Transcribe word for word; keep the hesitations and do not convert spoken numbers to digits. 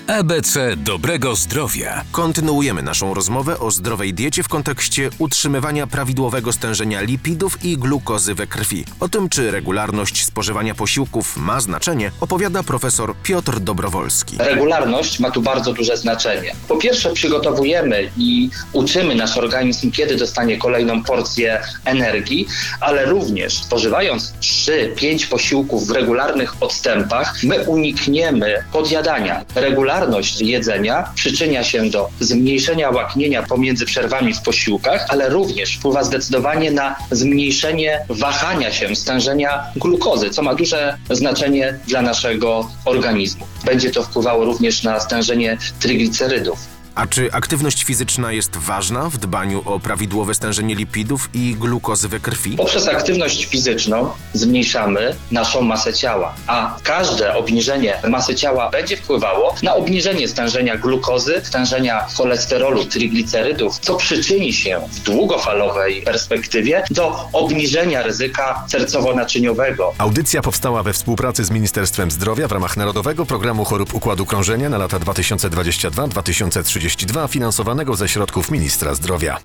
A B C dobrego zdrowia. Kontynuujemy naszą rozmowę o zdrowej diecie w kontekście utrzymywania prawidłowego stężenia lipidów i glukozy we krwi. O tym, czy regularność spożywania posiłków ma znaczenie, opowiada profesor Piotr Dobrowolski. Regularność ma tu bardzo duże znaczenie. Po pierwsze, przygotowujemy i uczymy nasz organizm, kiedy dostanie kolejną porcję energii, ale również spożywając trzy pięć posiłków w regularnych odstępach, my unikniemy podjadania. Regularność jedzenia przyczynia się do zmniejszenia łaknienia pomiędzy przerwami w posiłkach, ale również wpływa zdecydowanie na zmniejszenie wahania się, stężenia glukozy, co ma duże znaczenie dla naszego organizmu. Będzie to wpływało również na stężenie triglicerydów. A czy aktywność fizyczna jest ważna w dbaniu o prawidłowe stężenie lipidów i glukozy we krwi? Poprzez aktywność fizyczną zmniejszamy naszą masę ciała, a każde obniżenie masy ciała będzie wpływało na obniżenie stężenia glukozy, stężenia cholesterolu, triglicerydów, co przyczyni się w długofalowej perspektywie do obniżenia ryzyka sercowo-naczyniowego. Audycja powstała we współpracy z Ministerstwem Zdrowia w ramach Narodowego Programu Chorób Układu Krążenia na lata dwa tysiące dwudziesty drugi do dwa tysiące trzydziestego drugiego, finansowanego ze środków Ministra Zdrowia.